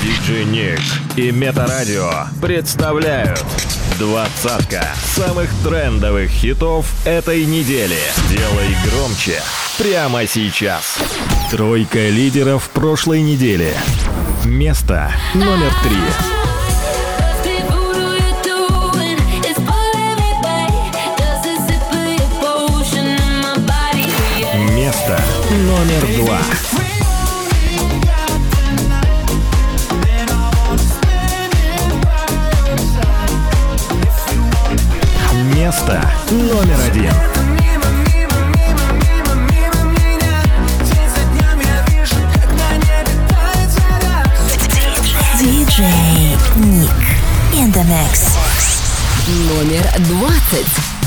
Диджей Ник и Метарадио представляют двадцатка самых трендовых хитов этой недели. Делай громче прямо сейчас. Тройка лидеров прошлой недели. Место номер 3. Место номер 2. Место номер 1. Диджей Ник in the mix. Номер 20.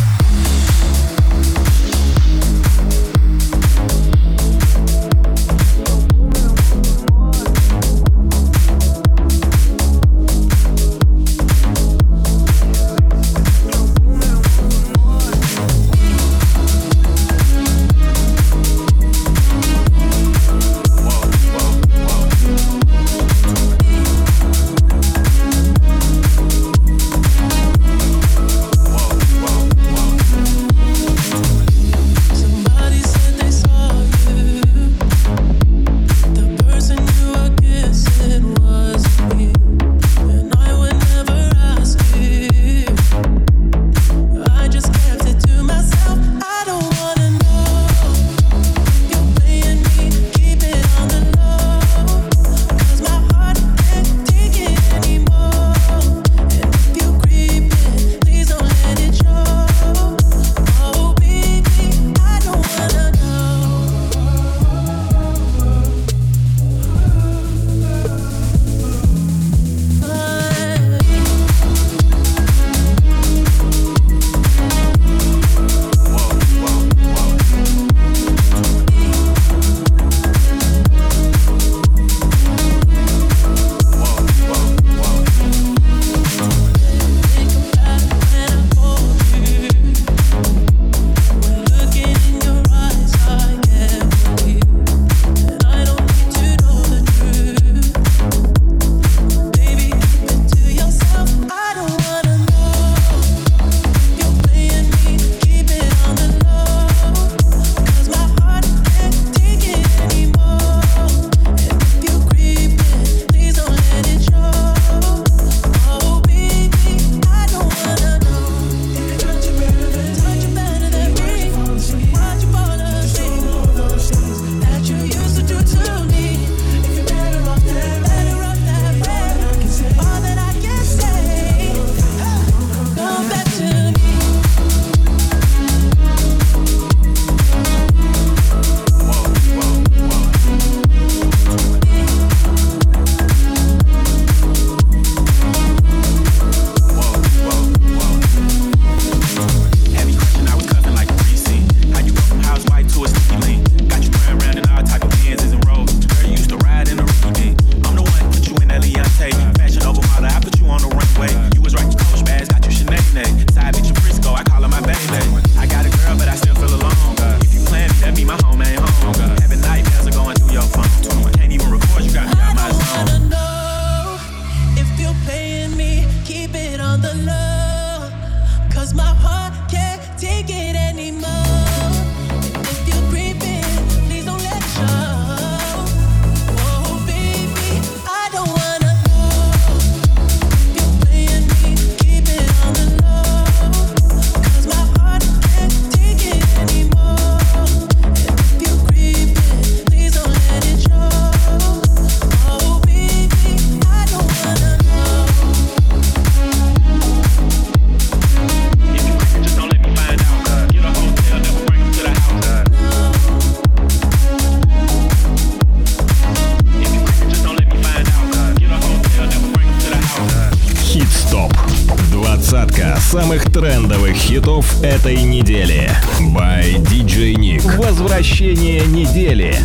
Самых трендовых хитов этой недели. By DJ Ник. Возвращение недели.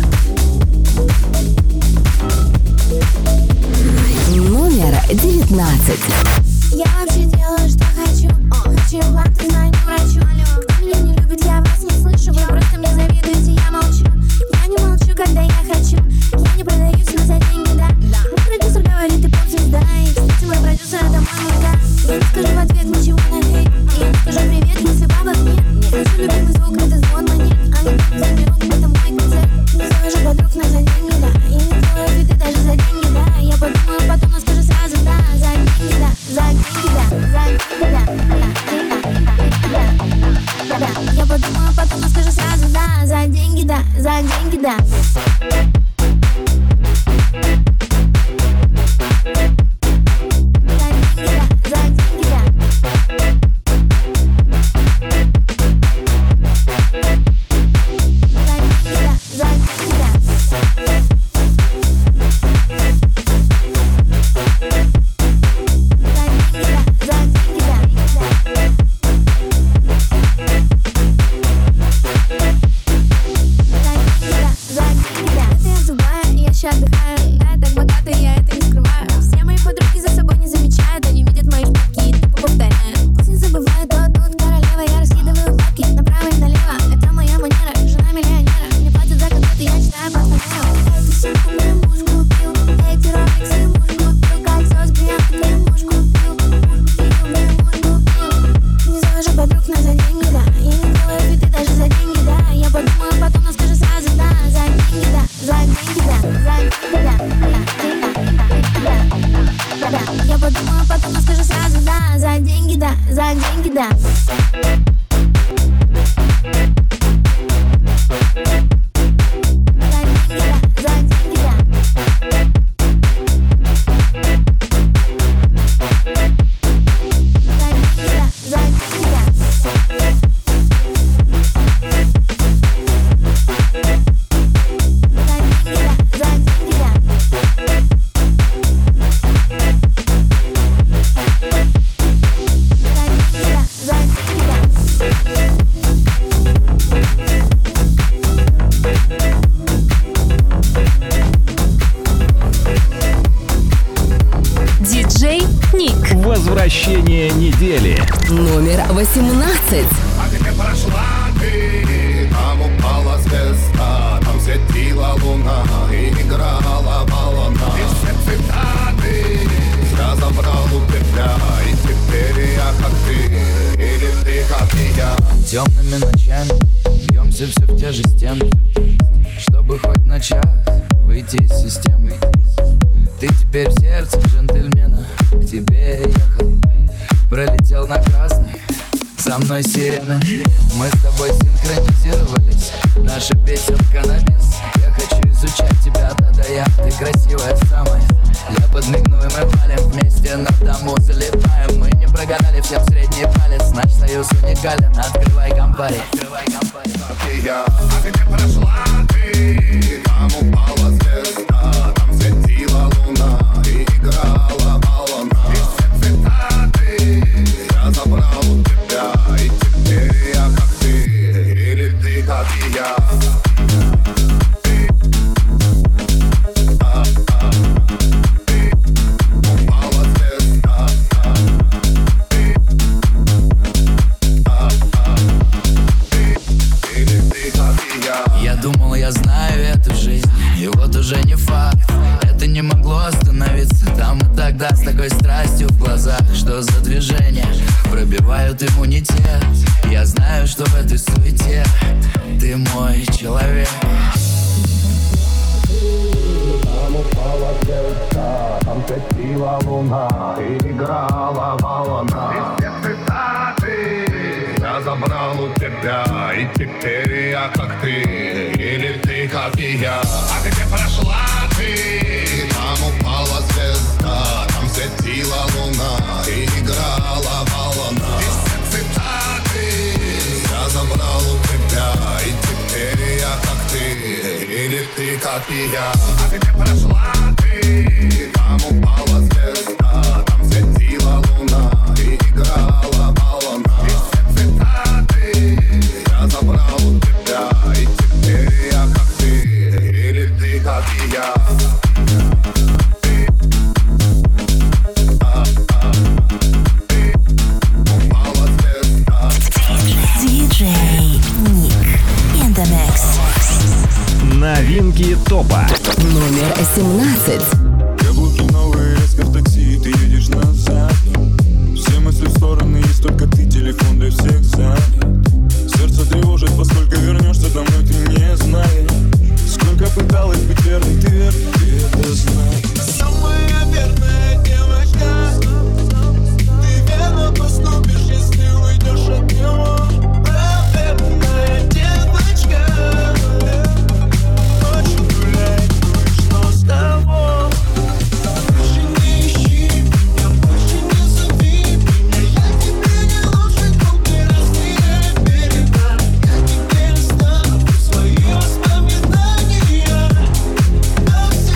Номер 19. Я вообще делаю, что хочу. Хочу вам, ты знаю, не врачу. Кто меня не любит, я вас не слышу. Вы просто мне завидуете, я молчу. Я не молчу, когда я хочу. Я не продаюсь на за деньги, да. Мой продюсер говорит, ты богатый. Да, я так богатый, я это не скрываю. Все мои подруги за собой не замечают. Они видят мои шмотки и тупо повторяют. Пусть не забывают, то тут королева. Я раскидываю бабки направо и налево. Это моя манера, жена миллионера. Мне платят за конфеты, я читаю по фанеру. Эту сумку мне муж купил, эти роликсы муж купил, кольцо с бриллиантом мне муж купил, мне муж купил. Не завожу подруг на за деньги, да. Я не делаю фиты даже за деньги, да. Я подумаю потом, но скажу сразу, да. За деньги, да, за деньги, да, за деньги, да. Я подумаю потом, но скажу сразу, да. За деньги, да, за деньги, да. Возвращение недели. Номер 18. А где прошла ты? Там упала звезда, там светила луна и играла волна. И все цитаты я забрал у тебя, и теперь я как ты, или ты как и я. Темными ночами бьемся все в те же стены, чтобы хоть на час выйти из системы. Ты теперь в сердце джентльмена, к тебе я ехал, пролетел на красный, со мной сирена. Мы с тобой синхронизировались, наша песенка на бис. Я хочу изучать тебя, да-да-я, ты красивая самая. Я подмигну и мы палим вместе, на дому залетаем. Мы не прогадали, всем средний палец, наш союз уникален. Открывай компари, открывай компари. А где прошла ты? Там упала звезда, там светила луна и играла волна. И все цитаты я забрал у тебя, и теперь я как ты, или ты как и я. Думал, я знаю эту жизнь, и вот уже не факт. Это не могло остановиться там и тогда, с такой страстью в глазах. Что за движения пробивают иммунитет? Я знаю, что в этой суете ты мой человек. Там упала звезда, там светила луна и играла волна. И все цитаты я забрал у тебя, и теперь я как ты, или ты как и я. А где прошла ты? Там упала звезда, там светила луна и играла волна. И все цитаты я забрал у тебя, и теперь я как ты, или ты как и я. А где прошла ты? Там упала звезда, там светила луна и играла волна. И все цитаты я забрал у тебя, и теперь я как ты, или ты как и я. DJ Nick in the mix. Новинки топа. Номер 17. Каблуки новые, резко в такси, ты едешь на заднем. Все мысли в стороны, есть только ты, телефон для всех занят. Сердце тревожит, поскольку вернешься домой, ты не знаешь. Сколько пыталась быть верной, ты верный, ты это знаешь. Самая верная девочка, ты верно поступишь, если уйдешь от него. Правильная девочка, очень гуляет, ну и что с того? Больше не ищи, я больше не зови меня. Я тебе не лучший друг, не разделяй берега. Я теперь оставлю свои воспоминания.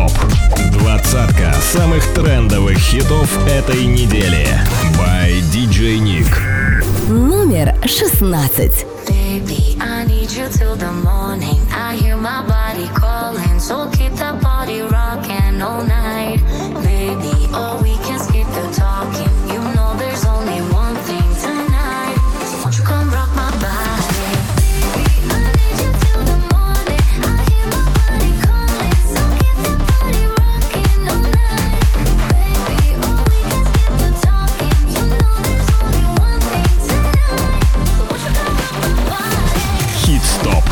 Хит-стоп. Двадцатка самых трендовых хитов этой недели. By DJ Nick. Номер 16. Baby, I need you till the morning. I hear my body calling, so keep the body rocking all night. Baby, oh, we can skip the talking. You know there's only one thing tonight. So won't you come rock my body? Baby, I need you till the morning. I hear my body calling, so keep the body rocking all night. Baby, oh, we can skip the talking. You know there's only one thing tonight. So won't you come rock my body? Хит-стоп.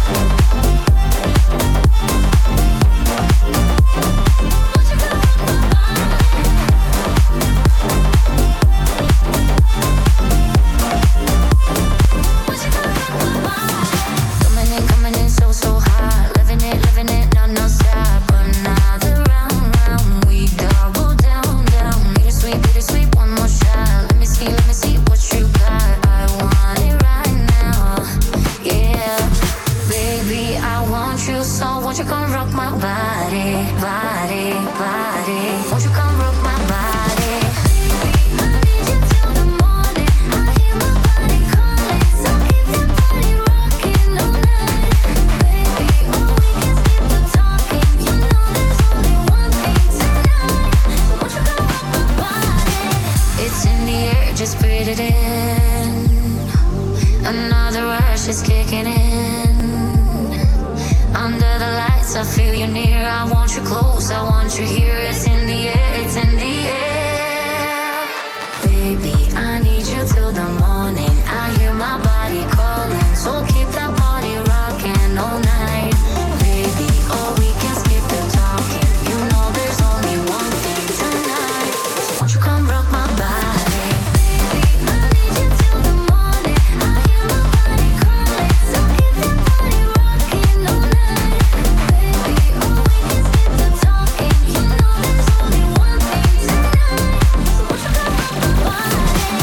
Coming in so hot, living it, non-stop. Another round, we double down. Bittersweet, one more shot. Let me see what you got. I want it right now, yeah. Baby, I want you, so won't you come rock my body. Won't you come rock my body? Baby, I need you till the morning. I hear my body calling, so keep the body rocking all night. Baby, oh, we can skip the talking. You know there's only one thing tonight. So won't you come rock my body? It's in the air, just breathe it in. Another rush is kicking in. Under the lights, I feel you near. I want you close, I want you here. It's in the air, it's in the air. Baby, I need you till the morning. I hear my body calling, so keep that body rocking all night. Baby, oh, we can skip the talking. You know there's only one thing tonight. So won't you come rock my body? Baby, I need you till the morning. I hear my body calling, so keep that body rocking all night. Baby, oh, we can skip the talking. You know there's only one thing tonight. So won't you come rock my body?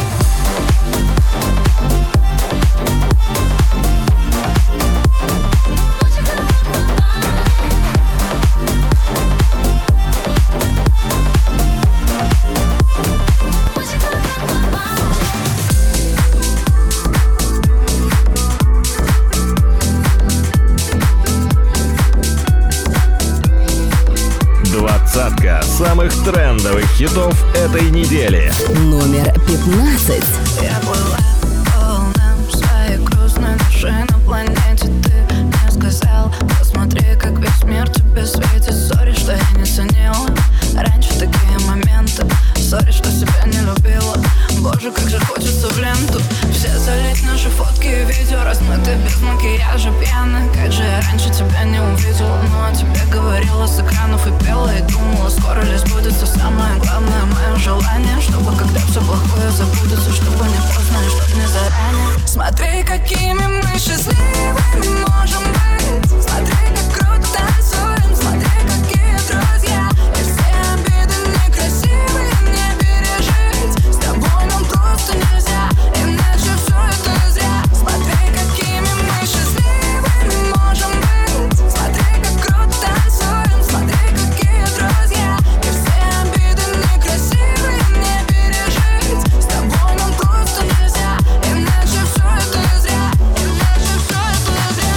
Двадцатка самых трендовых хитов этой недели. Номер 15. Я плыла по волнам своей грустной души на планете. Ты мне сказал, посмотри, как весь мир тебе светит. Сори, что я не ценила раньше такие моменты. Сори, что себя не любила. Боже, как же хочется в ленту все залить наши фотки и видео, размыты без макияжа, пьяны. Как же я раньше тебя не увидела. Ну о тебе говорила с экранов и пела, и думала, скоро ли сбудется самое главное мое желание, чтобы когда все плохое забудется, чтобы не поздно и чтобы не заранее. Смотри, какими мы счастливыми можем быть. Смотри, как круто танцуем. Смотри, какие друзья. И все обиды некрасивые не пережить. С тобой нам просто нельзя, иначе все это зря. Смотри, какими мы счастливыми можем быть. Смотри, как круто танцуем. Смотри, какие друзья. И все обиды некрасивые не пережить. С тобой нам просто нельзя, иначе все это зря. Иначе все это зря.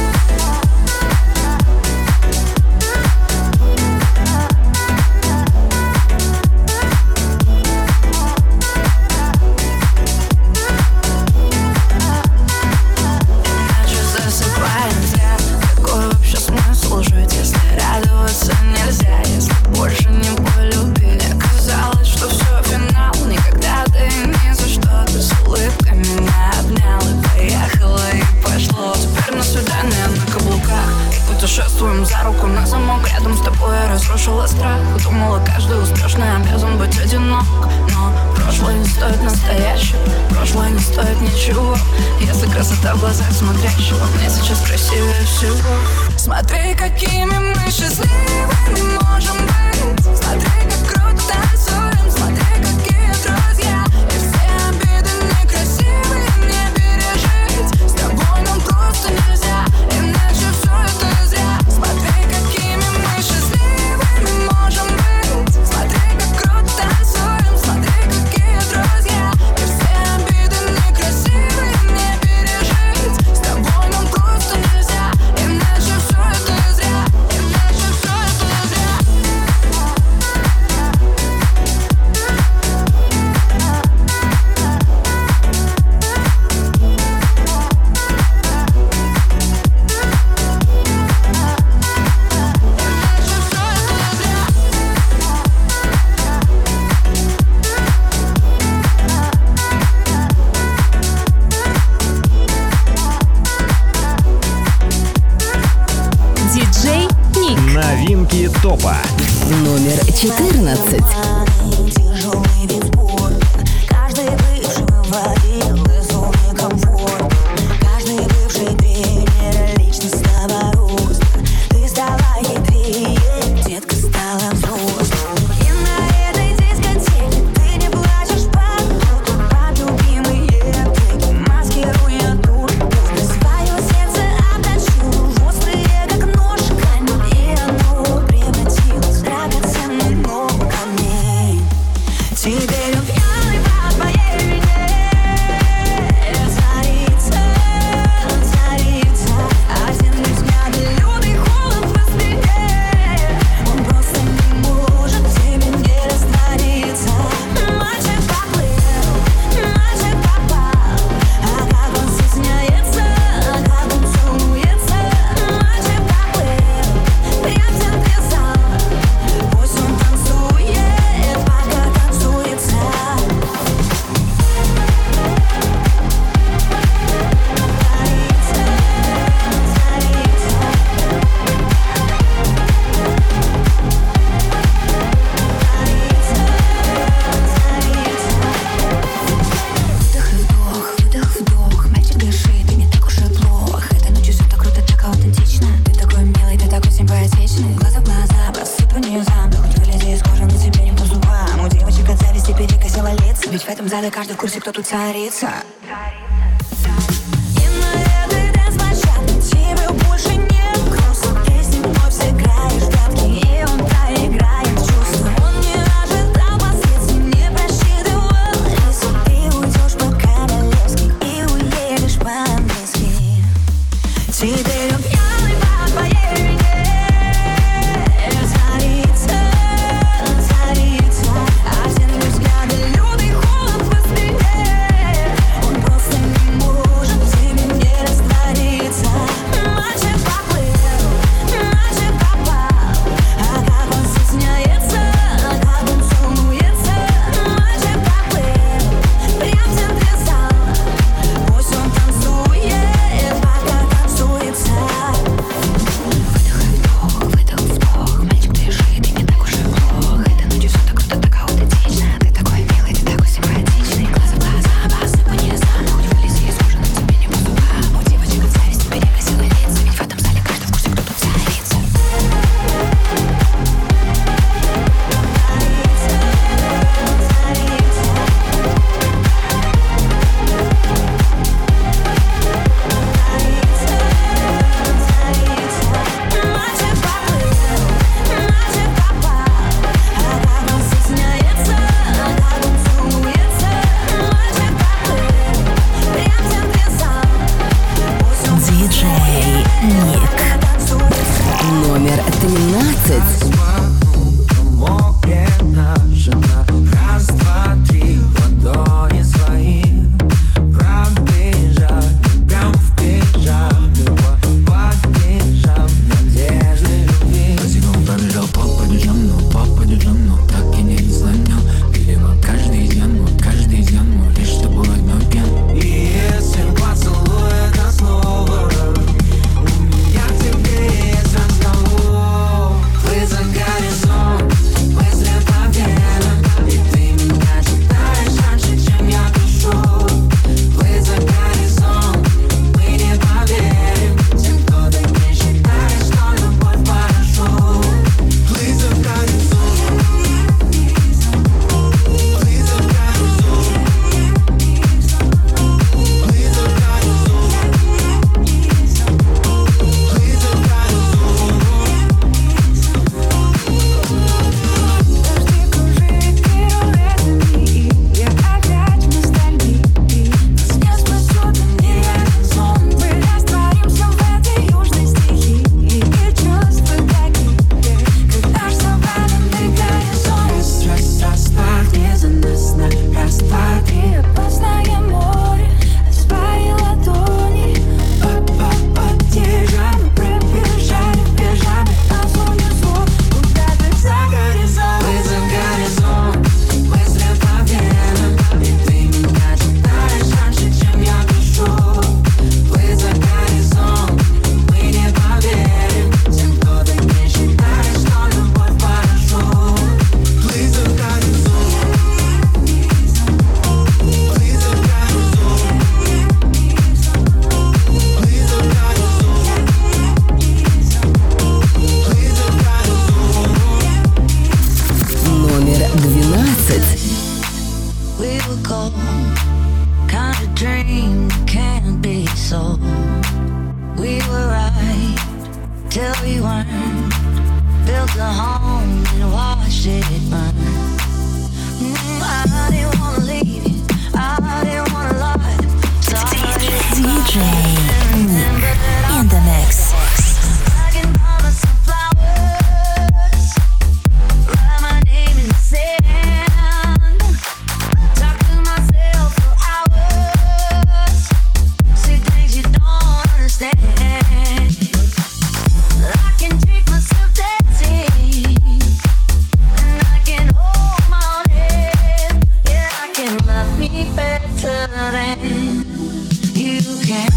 Иначе засыпаем зря. Какой вообще смысл жить, если радоваться нельзя, если больше не полюбили? Мне казалось, что все финал. Никогда ты ни за что. Ты с улыбкой меня обнял и поехала, и пошло. Теперь на свидание на каблуках. Путешествуем за руку на замок. Рядом с тобой я разрушила страх. Думала, каждый успешный обязан быть одинок. Но прошлое не стоит настоящего. Прошлое не стоит ничего, если красота в глазах смотрящего. Мне сейчас красивее всего. Смотри, какими мы счастливыми можем быть. Смотри, как круто танцуем. Смотри, какие друзья. И все обиды некрасивые не пережить. С тобой нам просто нельзя, иначе все это зря. Смотри, какими мы счастливыми топа. Номер 14. Тяжелый вид спорта. Каждый бывший выводил из зоны комфорта. Каждый бывший тренер личностного роста. Ты стала хитрее, детка стала взрослой. И на этой дискотеке ты не плачешь под любимые треки, маскируя дурку. Свое сердце обточил в острые, как нож, камень, и оно превратилось в драгоценный много камней. Теперь он пьяный по твоей вине царится, царится. Один взгляд и лютый холод в спине. Он просто не может в тебе не раствориться. Мальчик поплыл, мальчик попал. А как он стесняется, а как он целуется. Мальчик поплыл, прям в центре зала. Пусть он танцует, пока танцуется. Выдох, вдох, мальчик дышит, и не так уж и плохо. Этой ночью все так круто, так аутентично. Ты такой милый, ты такой симпатичный. Глаза в глаза, просыпание замка. Хоть вылези из кожи, но тебе не по зубам. У девочек от зависти перекосило лица. Ведь в этом зале каждый в курсе, кто тут царица. И на этой дэнс-площадке тебе больше нет грустно. Ты с ним вновь сыграешь в прятки, и он проиграет чувства. Он не ожидал последствий, не просчитывал риски. Ты уйдешь по-королевски и уедешь по-английски. Теперь он пьяный по твоей вине царится, царится. Один взгляд и лютый холод в спине. Он просто soul. We were right till we weren't. Built a home and watched it burn. I didn't wanna leave you, I didn't wanna lie. DJ in the mix. I can buy myself flowers, write my name in the sand, talk to myself for hours, say things you don't understand. I can take myself dancing, and I can hold my own head. Yeah, I can love me better than you can.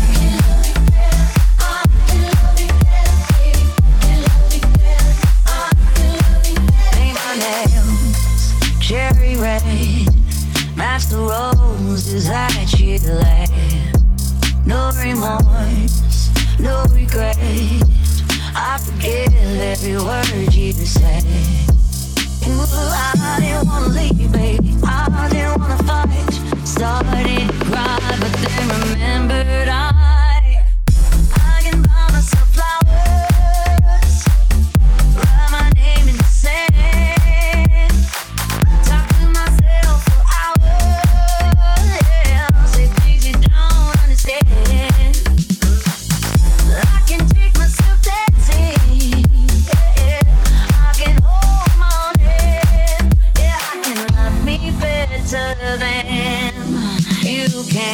Cherry red, match the roses that you left. No remorse, no regret. I forgive every word you said. Ooh, I didn't wanna leave, baby. I didn't wanna fight. Started to cry, but then remembered I can buy myself flowers, write my name in the sand, talk to myself for hours, yeah, say things you don't understand. I can take myself dancing, yeah, I can hold my own head, yeah, I can love me better than you can.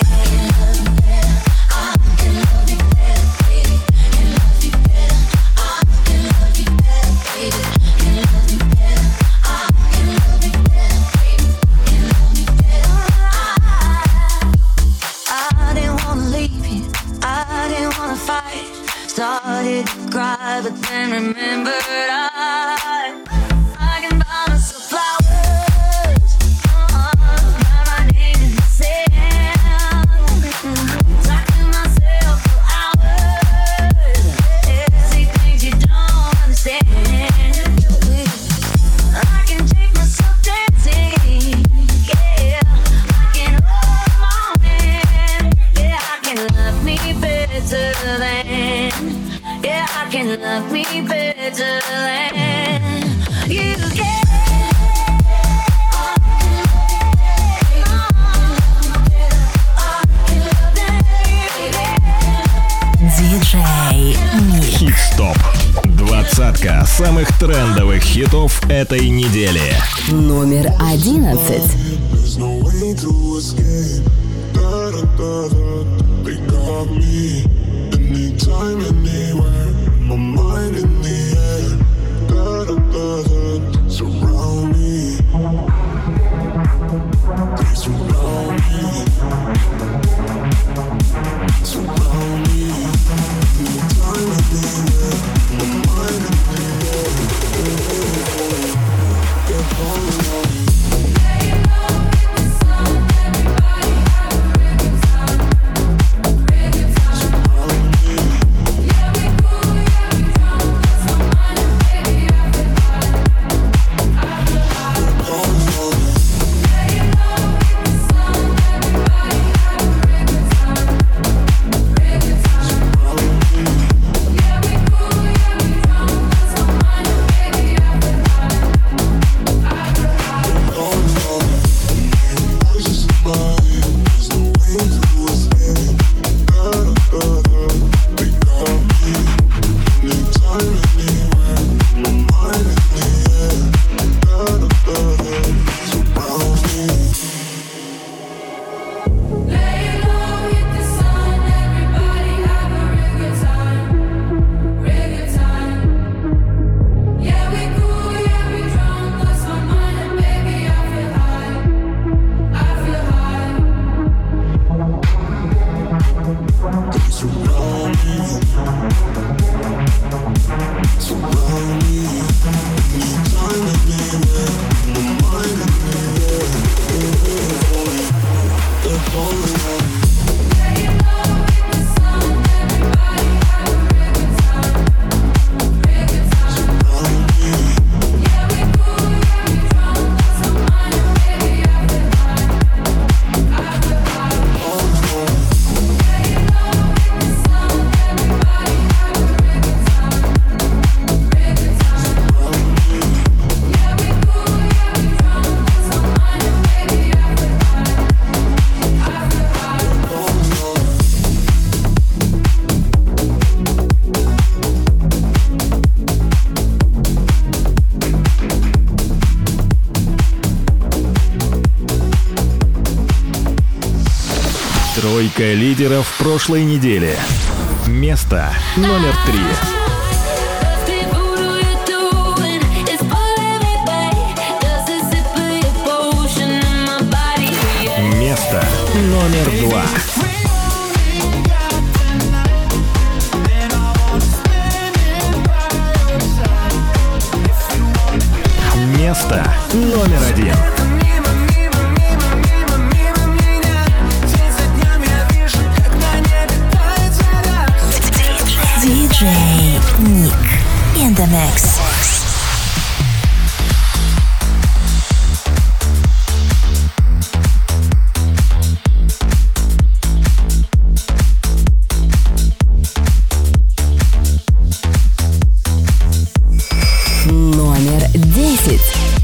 Started to cry, but then remembered I can buy myself flowers, write my name in the sand, talk to myself for hours, yeah, say things you don't understand. I can take myself dancing, yeah, I can hold my own hand, yeah, I can love me better than, yeah, I can love me better than you can. Диджей Ник. Хит-стоп. Двадцатка самых трендовых хитов этой недели. Номер 11. There's no way to escape. Da-da-da-da. They got me anytime, anywhere. My mind in the air. Da-da-da-da. Surround me. They surround me. Surround me. Anytime, anywhere. My mind in the air. They're calling on me. Yeah, we cool, yeah, we down. That's my mind, baby, everybody. Тройка лидеров прошлой недели. Место номер 3. Место номер 2. Место номер 1. DJ Nick in the mix. Номер 10.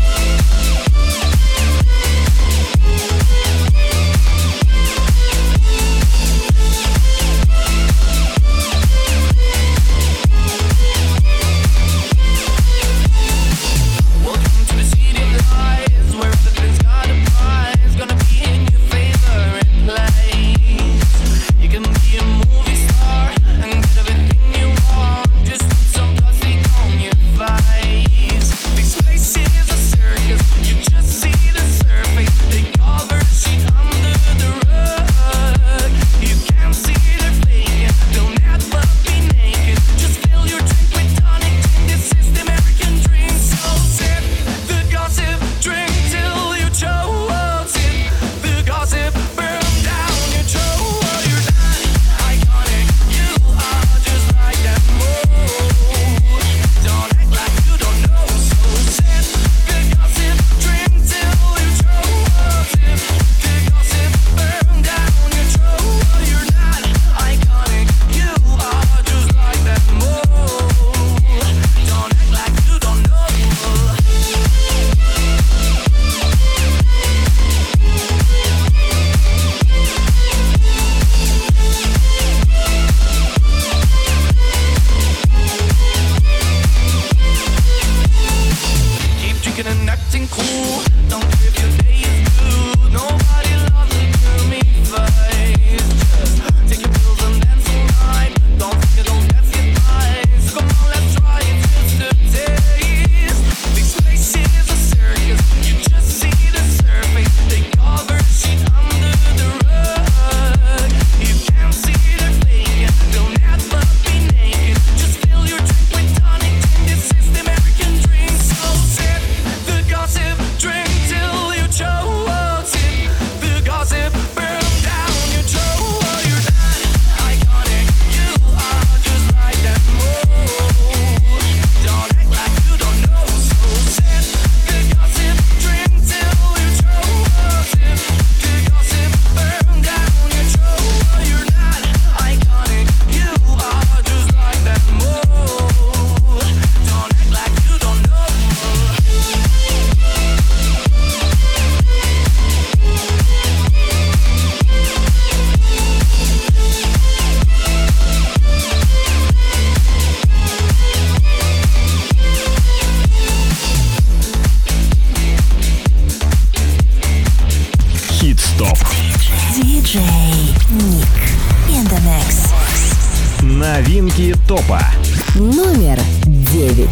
DJ Nick in the mix. Новинки топа. Номер 9.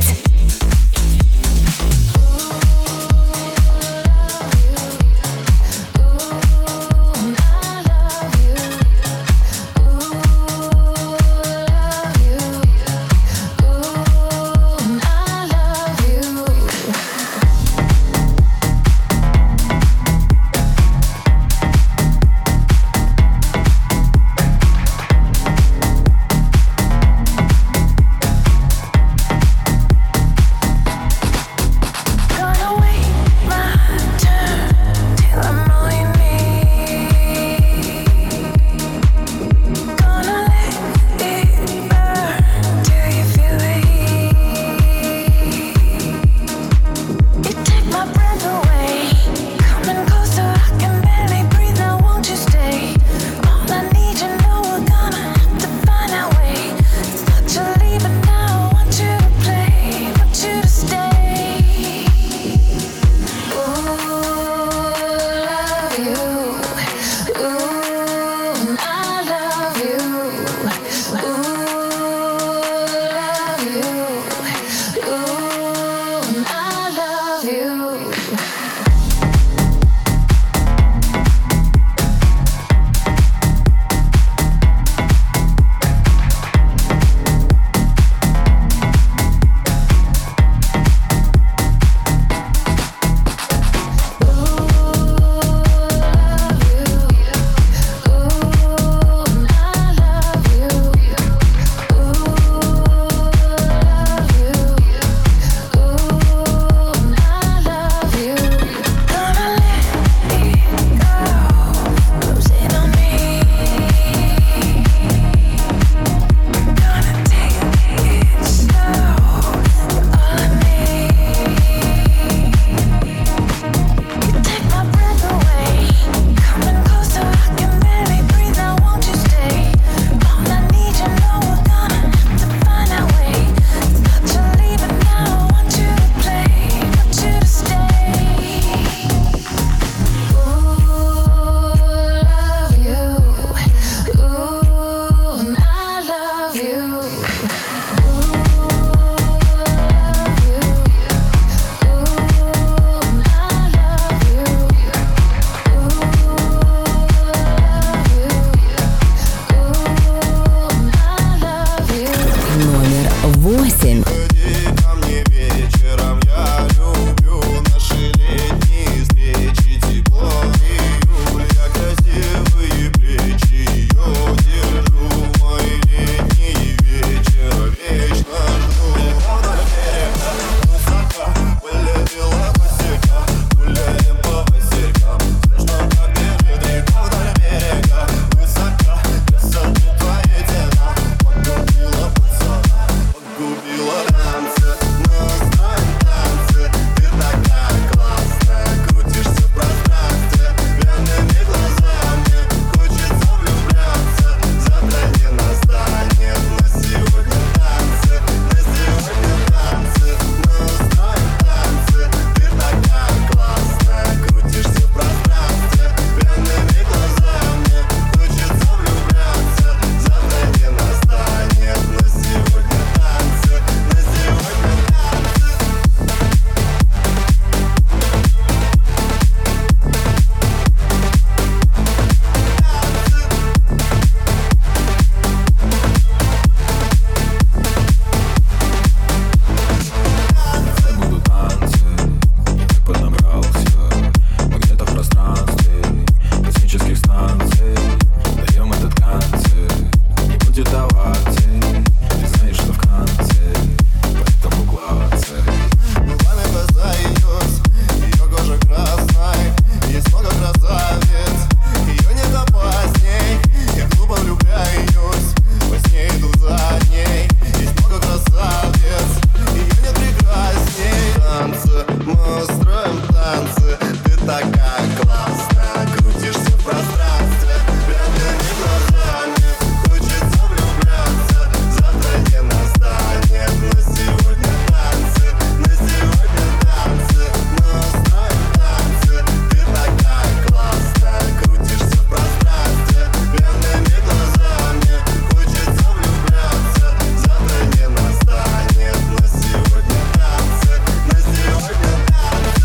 мы устроим танцы. Ты такая классная, крутишься в пространстве. Бедными глазами хочется влюбляться. Завтра не настанет, но сегодня танцы. На сегодня танцы, мы устроим танцы. Ты такая классная, крутишься в пространстве. Бедными глазами хочется влюбляться. Завтра не настанет, но сегодня танцы. На сегодня танцы.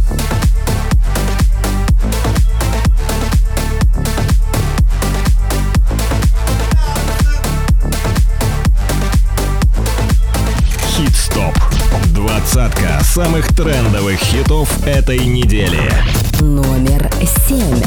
Хит-стоп. Двадцатка самых трендовых хитов этой недели. Номер 7.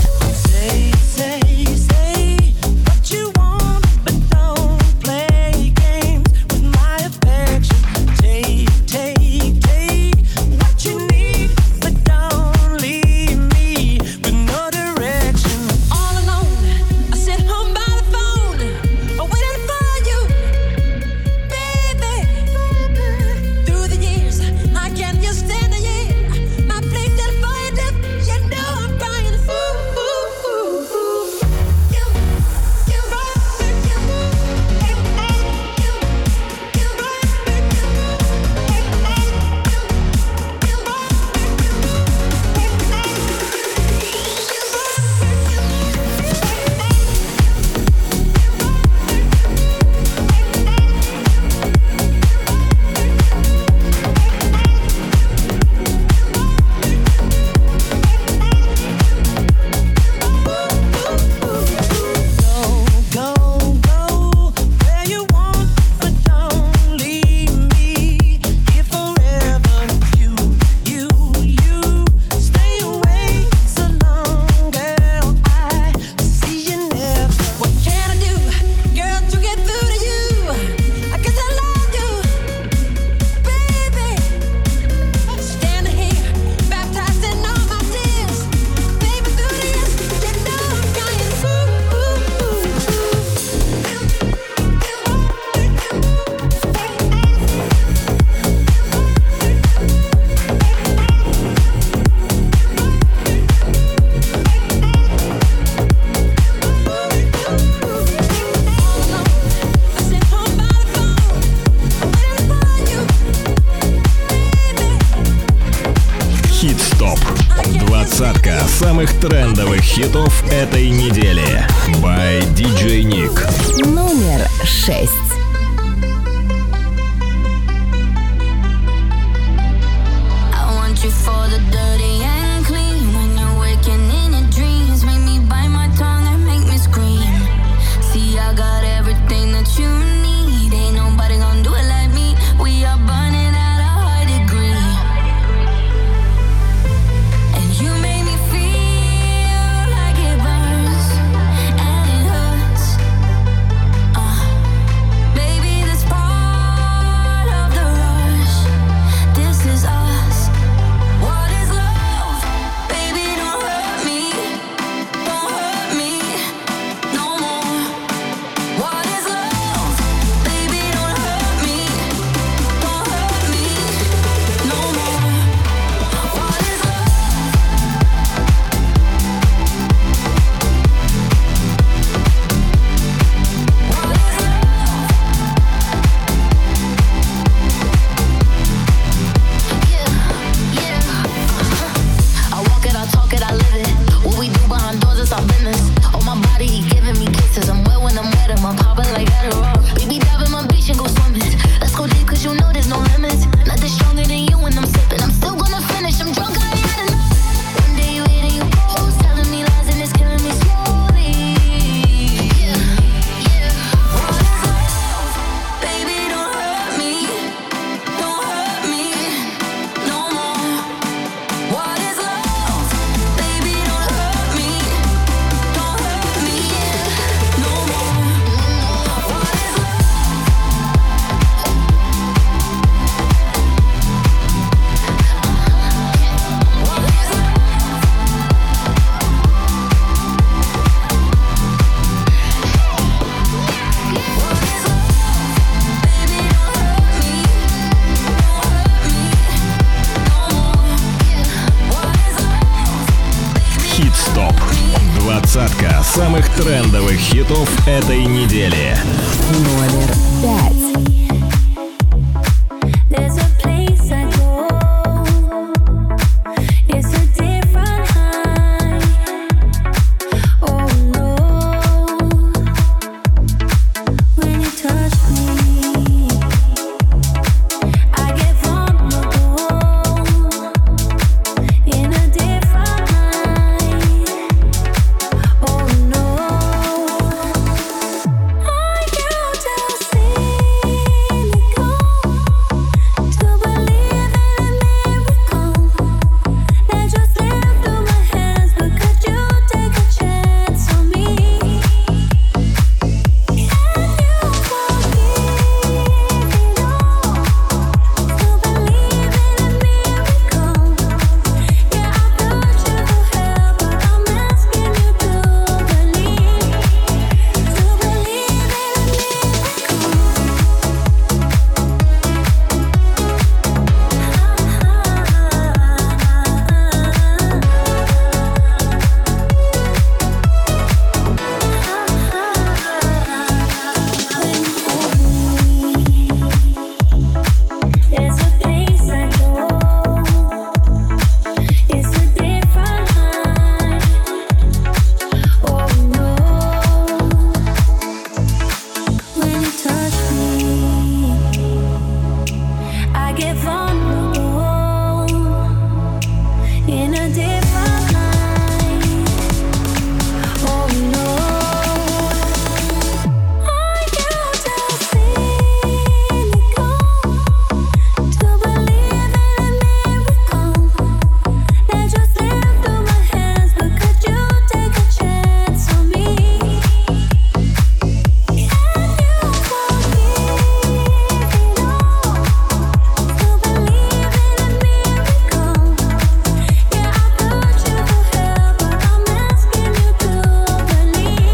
Хит-стоп. Двадцатка самых трендовых хитов этой недели. By DJ Nick. Номер 6. I want you for the dirty and clean. When you're waking in your dreams, make me bite my tongue and make me scream. See, I got everything that you need. Ain't nobody gonna do it like me. We are burning at a high degree. And you make me feel like it burns and it hurts. ТОП. 20 самых трендовых хитов этой недели. Номер 5. There's a place I go. It's a different high. Oh no. When you touch me, I get vulnerable. In a different high. Oh no. Are you just cynical? To believe in a miracle that just slipped through my hands, but could you take a chance on me? Can you forgive it all? To believe in a miracle. Yeah, I put you through hell, but I'm asking you to believe in a There's a place I go. It's a different high. Oh no. When you touch me, I get vulnerable. In a different high. Oh no. Are you just cynical? To believe in a miracle that just slipped through my hands, but could you take a chance on me? Can you forgive it all? To believe in a miracle. Yeah, I put you through hell, but I'm asking you to believe in a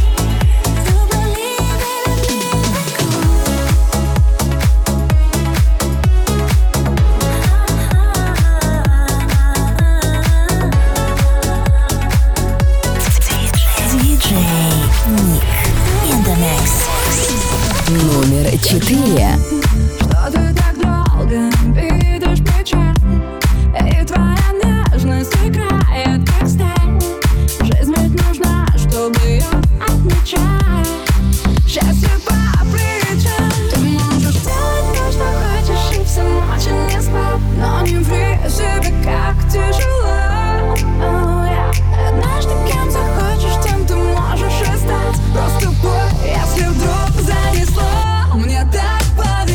DJ Nick in the mix. Номер 4. Что ты так долго видишь печаль, и твоя нежность играет как сталь. Жизнь ведь нужна, чтобы ее отмечать. Счастье по плечам. Ты можешь делать то, что хочешь, и всю ночь не спать, но не ври себе, как тяжело. Oh, yeah. Однажды кем захочешь, тем ты можешь и стать. Просто пой, если вдруг занесло. Мне так повезло.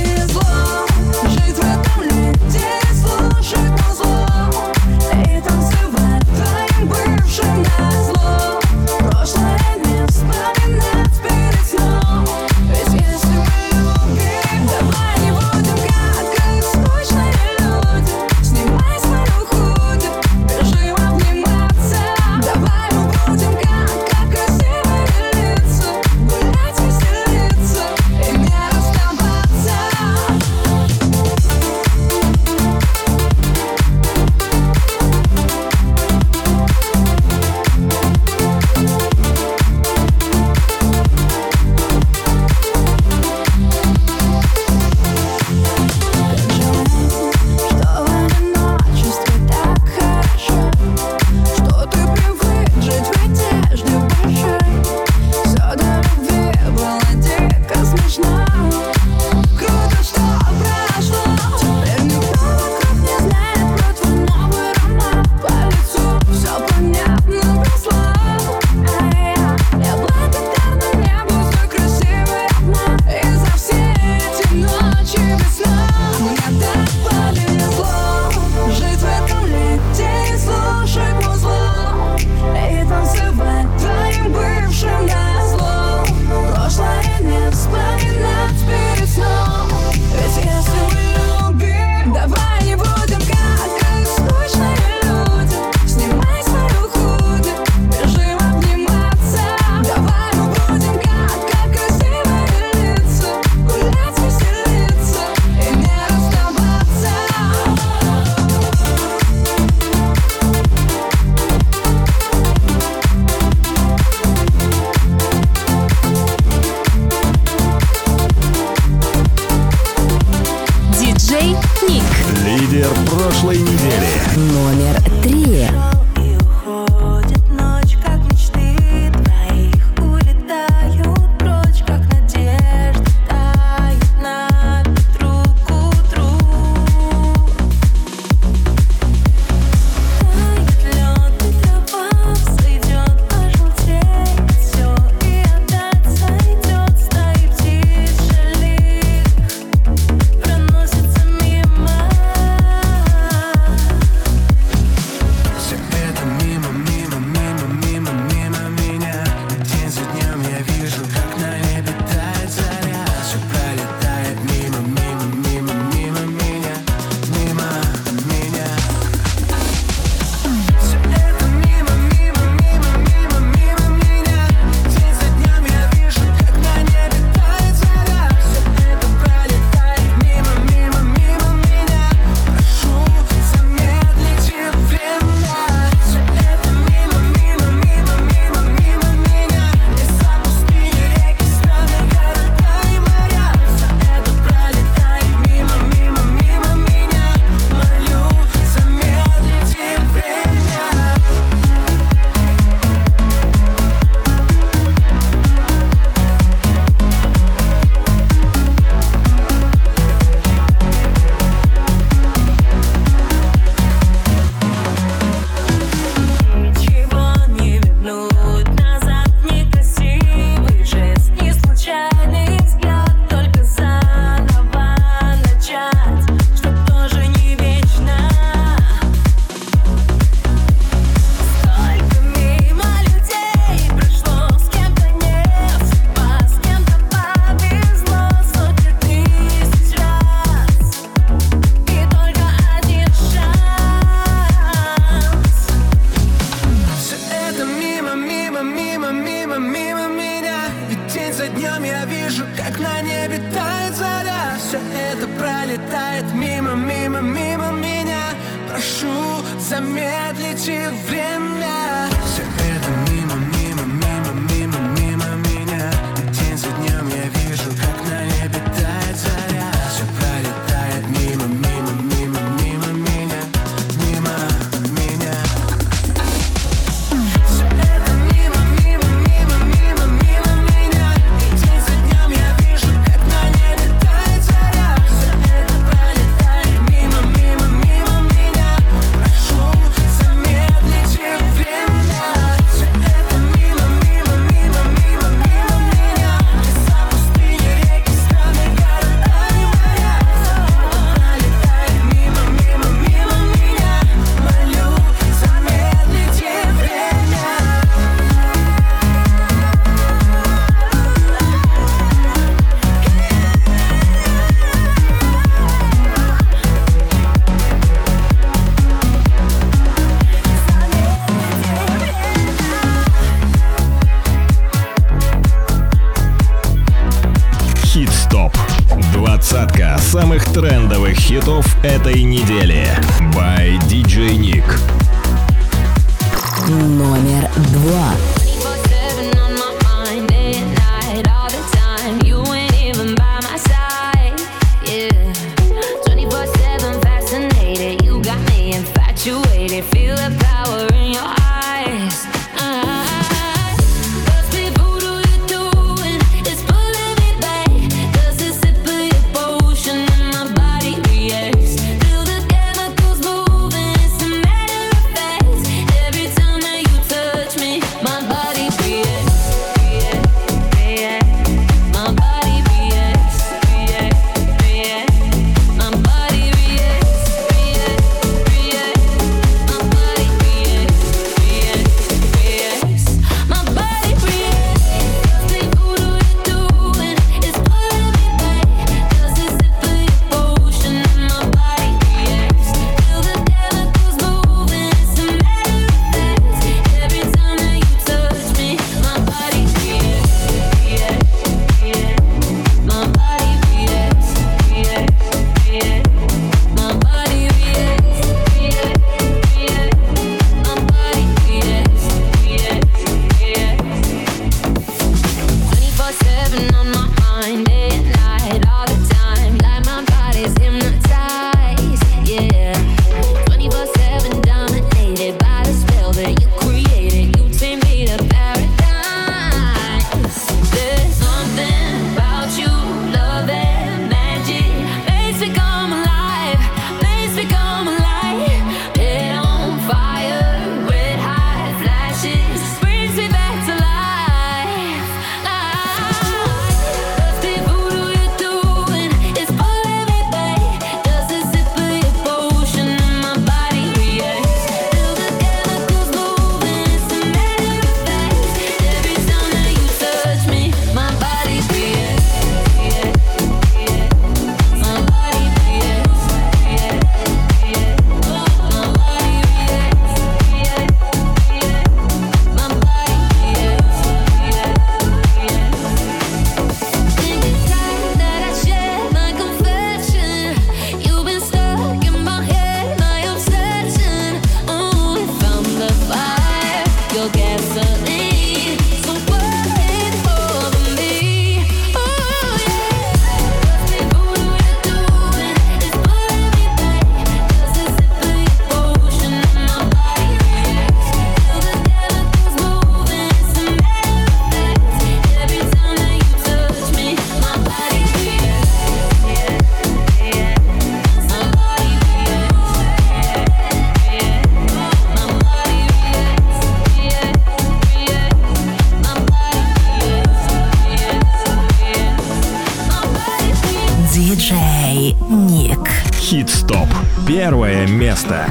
3. И уходит ночь, как мечты твоих улетают прочь, как надежда тает на ветру к утру. Тает лед, и трава взойдет, пожелтеет все, и опять сойдет стаи птиц шалик, проносится мимо. Все это мимо, мимо, мимо, мимо, мимо меня. День за днем я вижу, как на небе тает заря. Все пролетает мимо, мимо, мимо, мимо меня, мимо меня. Все это мимо, мимо, мимо, мимо, мимо меня. День за днем я вижу, как на небе тает заря. Все это пролетает мимо, мимо, мимо меня. Прошу, замедлите время. Все это мимо, мимо, мимо, мимо, мимо меня. Леса, пустыни, реки, страны, города и моря. Все это пролетает мимо, мимо, мимо меня. Молю, замедлите время. Ничего не вернуть назад, некрасивый жест, не случайный взгляд, только заново начать, что тоже не вечно. Сколько мимо людей прошло, с кем-то не судьба, с кем-то повезло сотни тысяч раз, и только один шанс. Все это мимо, мимо, мимо, мимо, мимо меня. Ведь день за днем я вижу, как на небе тает заря. Все это пролетает мимо, мимо, мимо меня. Прошу, замедлите время. Все это мимо, мимо, мимо, мимо, мимо меня. Ведь день за днем я вижу, как на небе тает заря. Все пролетает мимо, мимо, мимо, мимо меня, мимо меня. Все это мимо, мимо, мимо, мимо, мимо меня. И день за днем я вижу, как на небе тает заря. Все это пролетает мимо, мимо, мимо меня. Прошу, замедлите время. Все это мимо, мимо, мимо, мимо, мимо меня. Леса, пустыни, реки, страны, города и моря. Все это пролетает мимо, мимо, мимо меня. Молю, замедлите время. Хит-стоп. Двадцатка самых трендовых хитов этой недели. By DJ Nick. Номер 2. 24/7 on my mind, day and night, all the time. You ain't even by my side, yeah. 24/7 fascinated, you got me infatuated. Feel the power in your eyes. Must be voodoo you're doing, it's pulling me back. Does the sip of your potion and my body reacts? Feel the chemicals moving, it's a matter of fact. Every time that you touch me, my body reacts, reacts, reacts. My body reacts, reacts, reacts. My body reacts, reacts, reacts. My body reacts, reacts, reacts. первое место.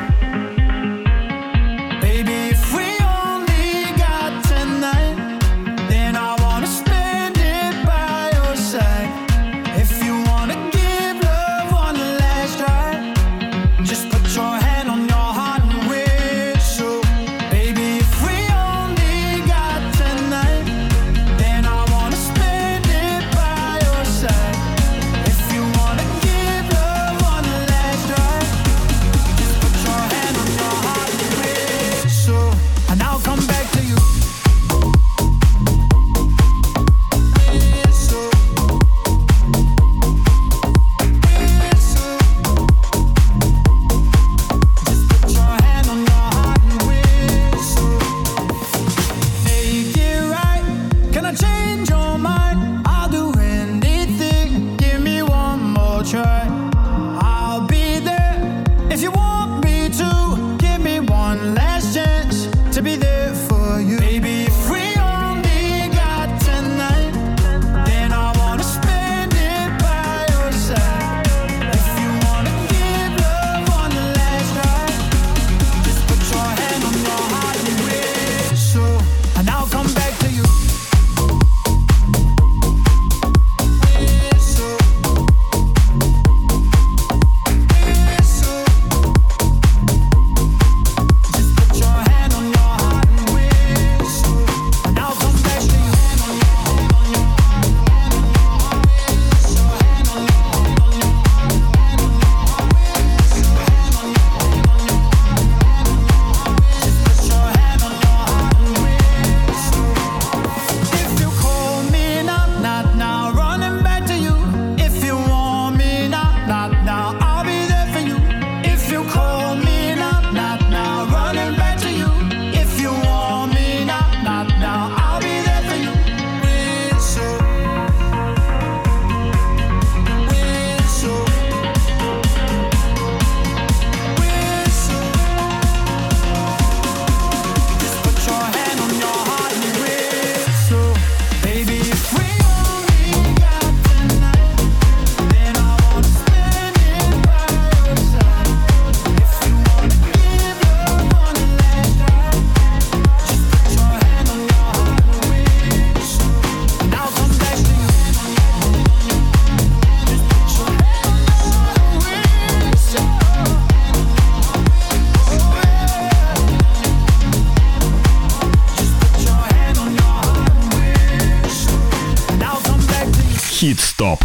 Хит-стоп.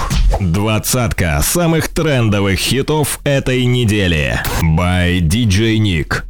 20 самых трендовых хитов этой недели. By DJ Nick.